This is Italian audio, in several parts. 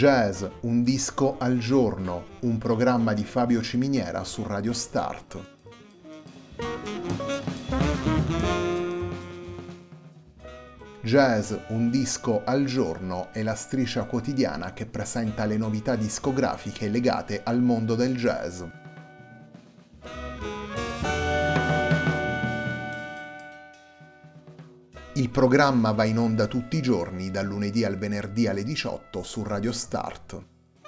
Jazz, un disco al giorno, un programma di Fabio Ciminiera su Radio Start. Jazz, un disco al giorno è la striscia quotidiana che presenta le novità discografiche legate al mondo del jazz. Il programma va in onda tutti i giorni, dal lunedì al venerdì alle 18 su Radio Start.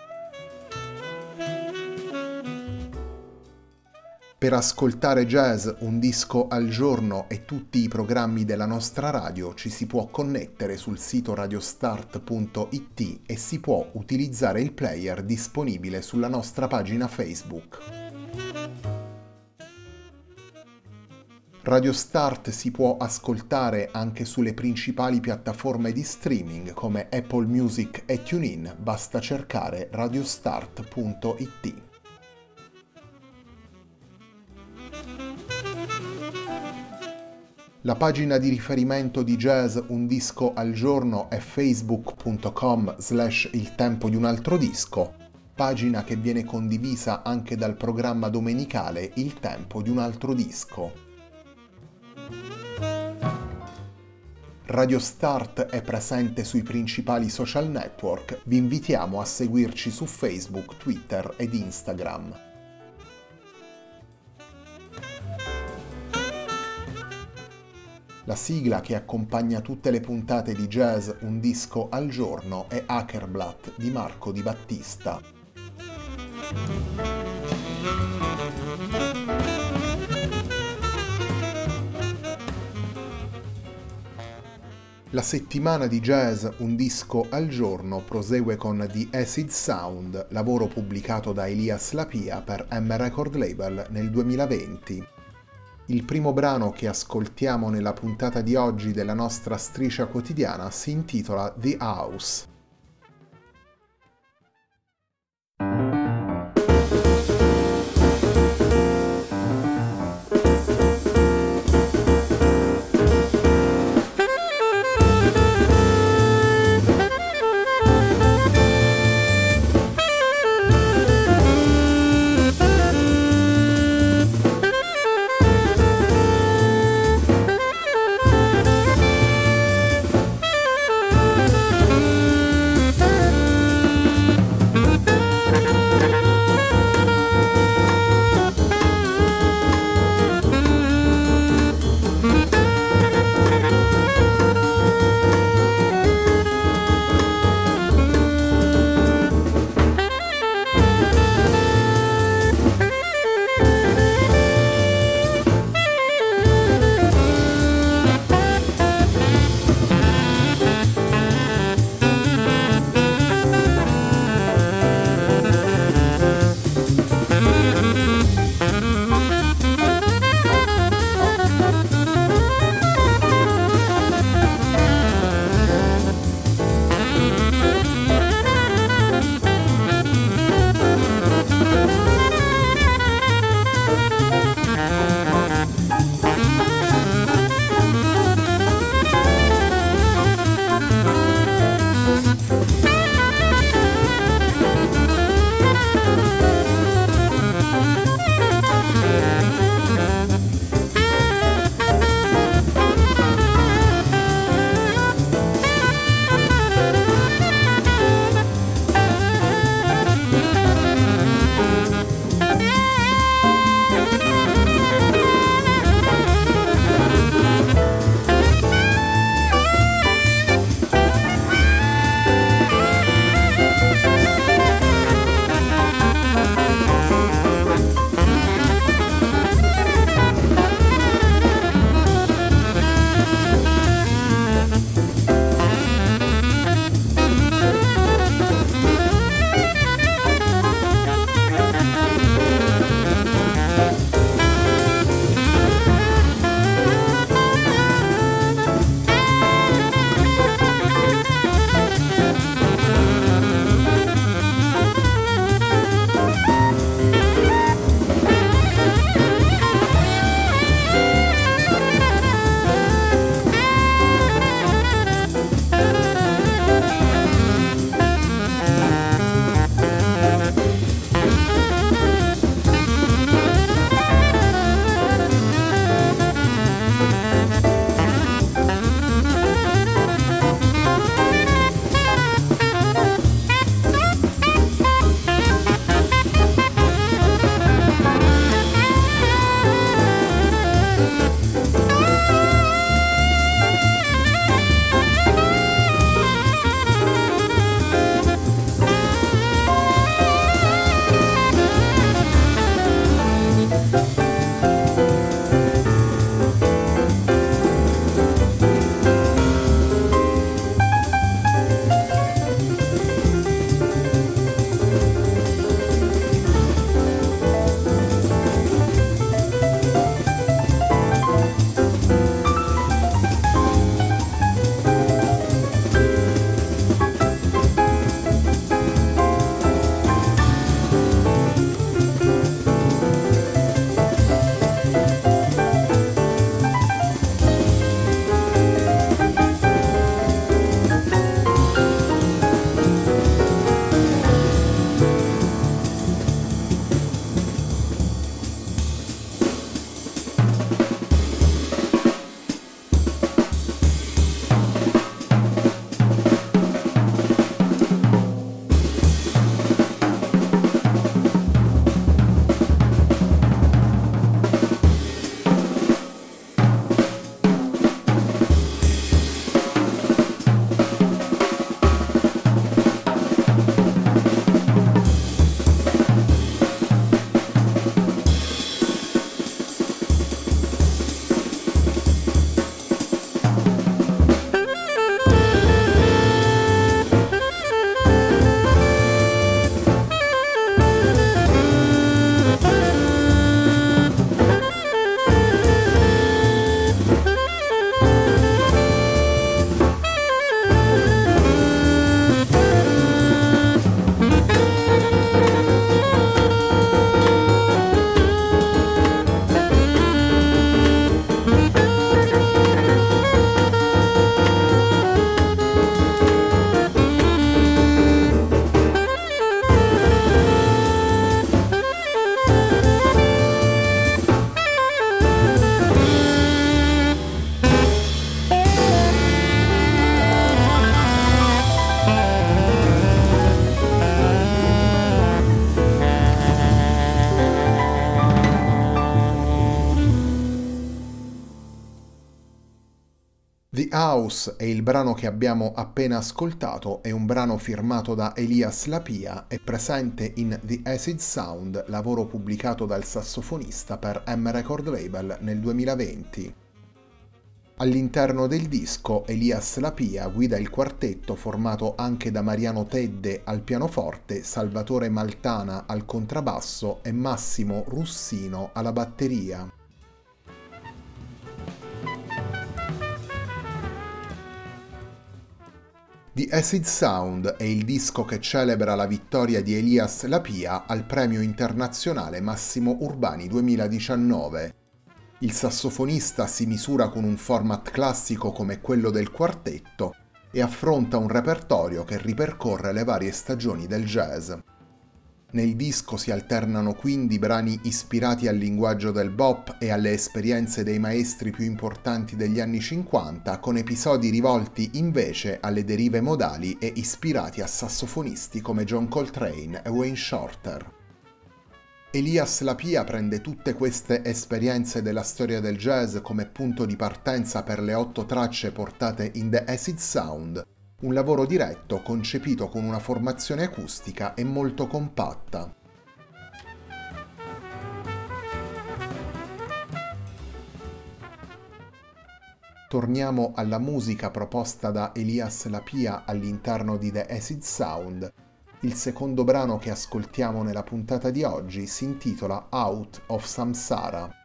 Per ascoltare Jazz, un disco al giorno e tutti i programmi della nostra radio ci si può connettere sul sito radiostart.it e si può utilizzare il player disponibile sulla nostra pagina Facebook. Radio Start si può ascoltare anche sulle principali piattaforme di streaming come Apple Music e TuneIn, basta cercare radiostart.it. La pagina di riferimento di Jazz Un Disco al Giorno è facebook.com/il tempo di un altro disco, pagina che viene condivisa anche dal programma domenicale Il tempo di un altro disco. Radio Start è presente sui principali social network, vi invitiamo a seguirci su Facebook, Twitter ed Instagram. La sigla che accompagna tutte le puntate di Jazz Un Disco al Giorno è Hackerblatt di Marco Di Battista. La settimana di Jazz Un Disco al Giorno prosegue con The Acid Sound, lavoro pubblicato da Elias Lapia per M Record Label nel 2020. Il primo brano che ascoltiamo nella puntata di oggi della nostra striscia quotidiana si intitola The House. House e il brano che abbiamo appena ascoltato è un brano firmato da Elias Lapia e presente in The Acid Sound, lavoro pubblicato dal sassofonista per M Record Label nel 2020. All'interno del disco Elias Lapia guida il quartetto formato anche da Mariano Tedde al pianoforte, Salvatore Maltana al contrabbasso e Massimo Russino alla batteria. The Acid Sound è il disco che celebra la vittoria di Elias Lapia al Premio Internazionale Massimo Urbani 2019. Il sassofonista si misura con un format classico come quello del quartetto e affronta un repertorio che ripercorre le varie stagioni del jazz. Nel disco si alternano quindi brani ispirati al linguaggio del bop e alle esperienze dei maestri più importanti degli anni 50, con episodi rivolti invece alle derive modali e ispirati a sassofonisti come John Coltrane e Wayne Shorter. Elias Lapia prende tutte queste esperienze della storia del jazz come punto di partenza per le 8 tracce portate in The Acid Sound, un lavoro diretto concepito con una formazione acustica e molto compatta. Torniamo alla musica proposta da Elias Lapia all'interno di The Acid Sound. Il secondo brano che ascoltiamo nella puntata di oggi si intitola Out of Samsara.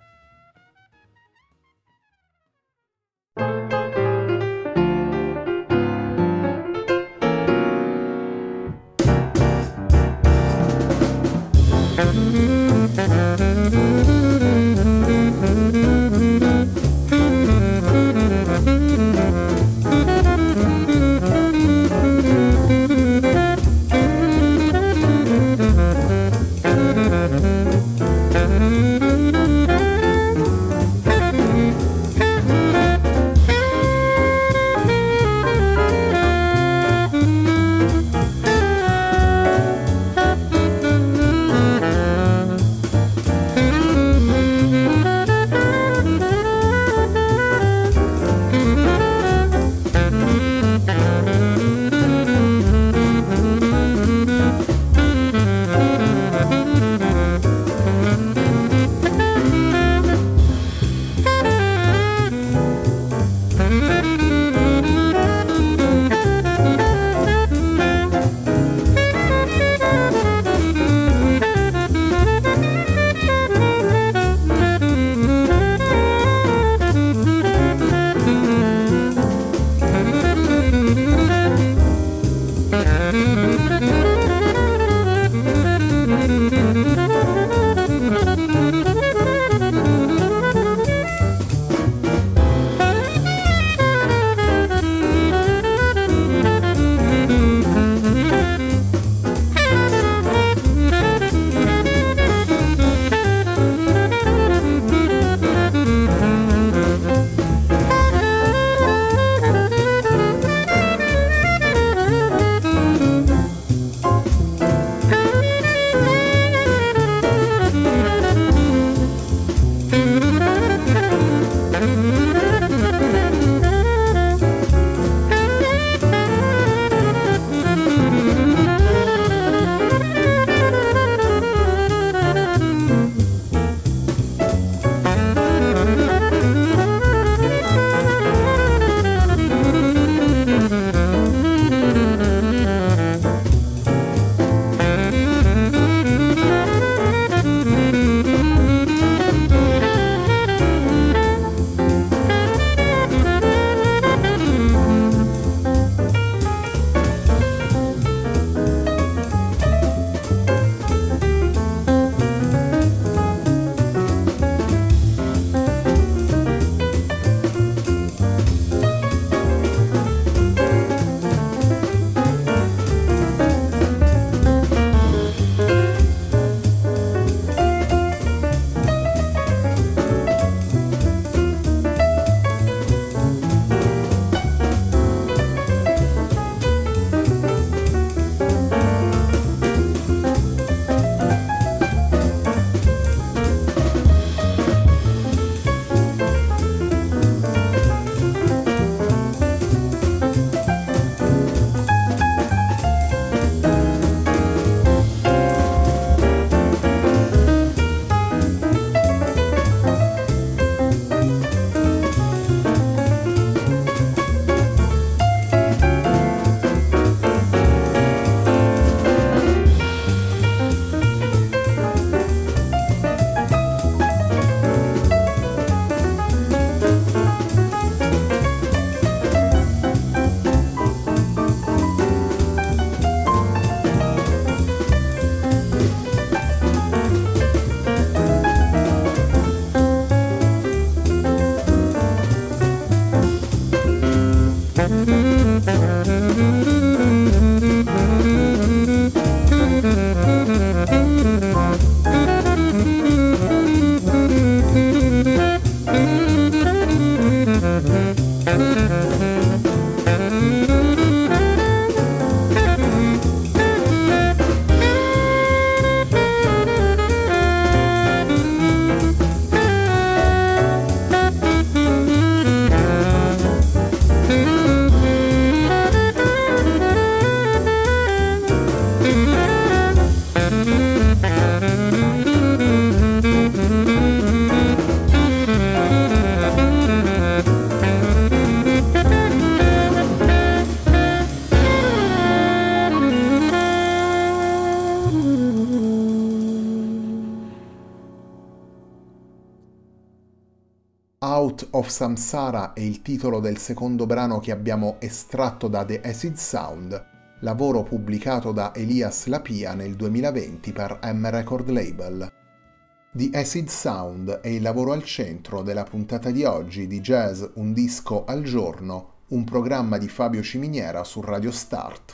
Out of Samsara è il titolo del secondo brano che abbiamo estratto da The Acid Sound, lavoro pubblicato da Elias Lapia nel 2020 per M Record Label. The Acid Sound è il lavoro al centro della puntata di oggi di Jazz Un Disco al Giorno, un programma di Fabio Ciminiera su Radio Start.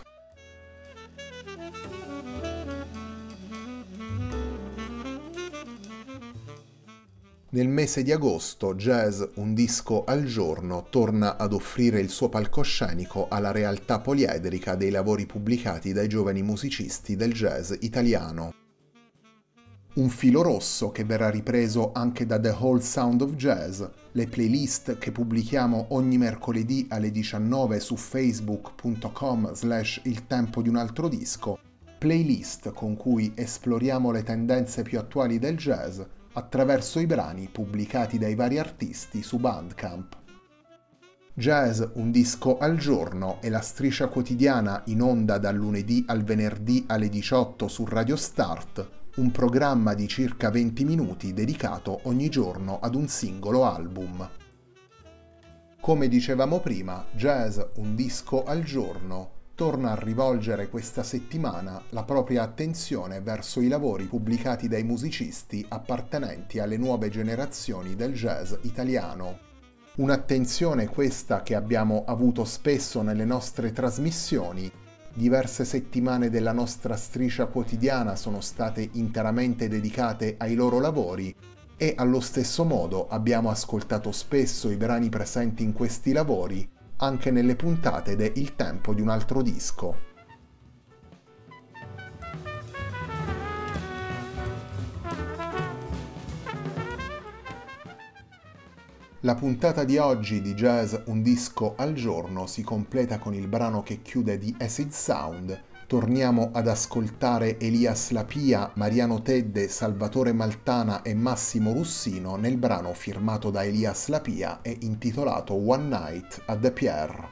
Nel mese di agosto, Jazz Un Disco al Giorno torna ad offrire il suo palcoscenico alla realtà poliedrica dei lavori pubblicati dai giovani musicisti del jazz italiano. Un filo rosso che verrà ripreso anche da The Whole Sound of Jazz, le playlist che pubblichiamo ogni mercoledì alle 19 su facebook.com/il tempo di un altro disco, playlist con cui esploriamo le tendenze più attuali del jazz attraverso i brani pubblicati dai vari artisti su Bandcamp. Jazz Un Disco al Giorno è la striscia quotidiana in onda dal lunedì al venerdì alle 18 su Radio Start, un programma di circa 20 minuti dedicato ogni giorno ad un singolo album. Come dicevamo prima, Jazz Un Disco al Giorno torna a rivolgere questa settimana la propria attenzione verso i lavori pubblicati dai musicisti appartenenti alle nuove generazioni del jazz italiano. Un'attenzione questa che abbiamo avuto spesso nelle nostre trasmissioni. Diverse settimane della nostra striscia quotidiana sono state interamente dedicate ai loro lavori e allo stesso modo abbiamo ascoltato spesso i brani presenti in questi lavori anche nelle puntate de Il tempo di un altro disco. La puntata di oggi di Jazz Un Disco al Giorno si completa con il brano che chiude The Acid Sound. Torniamo ad ascoltare Elias Lapia, Mariano Tedde, Salvatore Maltana e Massimo Russino nel brano firmato da Elias Lapia e intitolato One Night at the Pierre.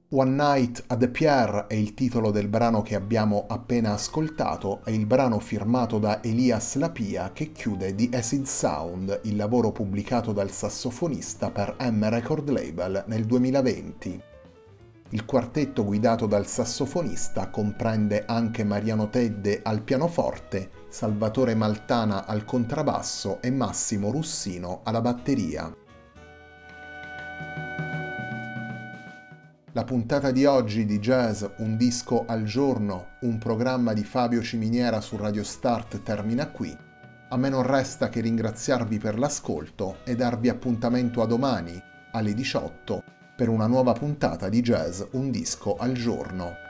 One Night at the Pier è il titolo del brano che abbiamo appena ascoltato, è il brano firmato da Elias Lapia che chiude The Acid Sound, il lavoro pubblicato dal sassofonista per M Record Label nel 2020. Il quartetto guidato dal sassofonista comprende anche Mariano Tedde al pianoforte, Salvatore Maltana al contrabbasso e Massimo Russino alla batteria. La puntata di oggi di Jazz Un disco al giorno, un programma di Fabio Ciminiera su Radio Start termina qui. A me non resta che ringraziarvi per l'ascolto e darvi appuntamento a domani alle 18 per una nuova puntata di Jazz Un disco al giorno.